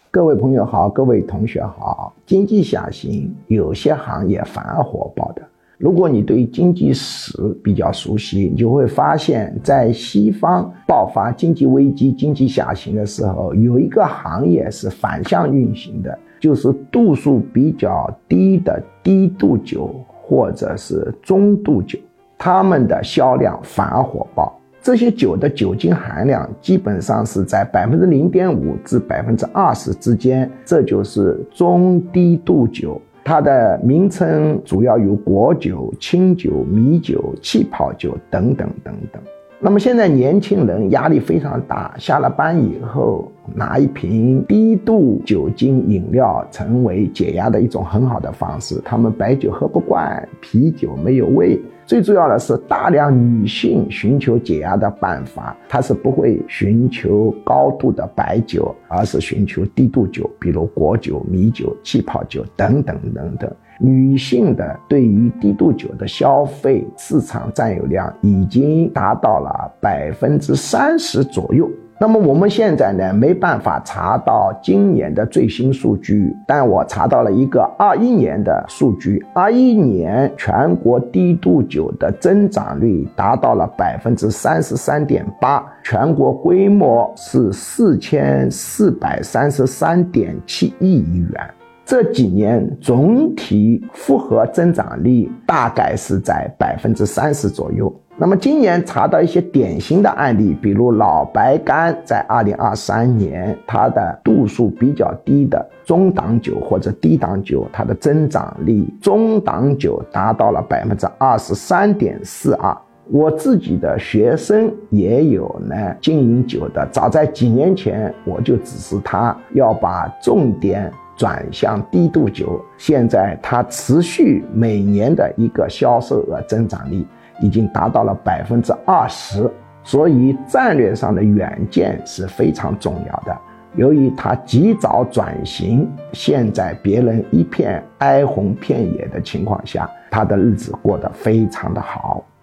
各位朋友好，各位同学好。经济下行，有些行业反而火爆的。如果你对经济史比较熟悉，你就会发现在西方爆发经济危机、经济下行的时候，有一个行业是反向运行的，就是度数比较低的低度酒或者是中度酒，它们的销量反而火爆。这些酒的酒精含量基本上是在 0.5% 至 20% 之间，这就是中低度酒。它的名称主要有果酒、清酒、米酒、气泡酒等等等等。那么现在年轻人压力非常大，下了班以后拿一瓶低度酒精饮料成为解压的一种很好的方式。他们白酒喝不惯，啤酒没有味，最重要的是大量女性寻求解压的办法，她是不会寻求高度的白酒，而是寻求低度酒，比如果酒、米酒、气泡酒等等等等。女性的对于低度酒的消费市场占有量已经达到了 30% 左右。那么我们现在呢，没办法查到今年的最新数据，但我查到了一个21年的数据。21年全国低度酒的增长率达到了 33.8%， 全国规模是4433.7亿元。这几年总体复合增长率大概是在 30% 左右。那么今年查到一些典型的案例，比如老白干在2023年它的度数比较低的中档酒或者低档酒，它的增长率中档酒达到了 23.42%。我自己的学生也有呢经营酒的，早在几年前我就指示他要把重点转向低度酒，现在它持续每年的一个销售额增长率已经达到了 20%， 所以战略上的远见是非常重要的。由于它及早转型，现在别人一片哀鸿遍野的情况下，它的日子过得非常的好。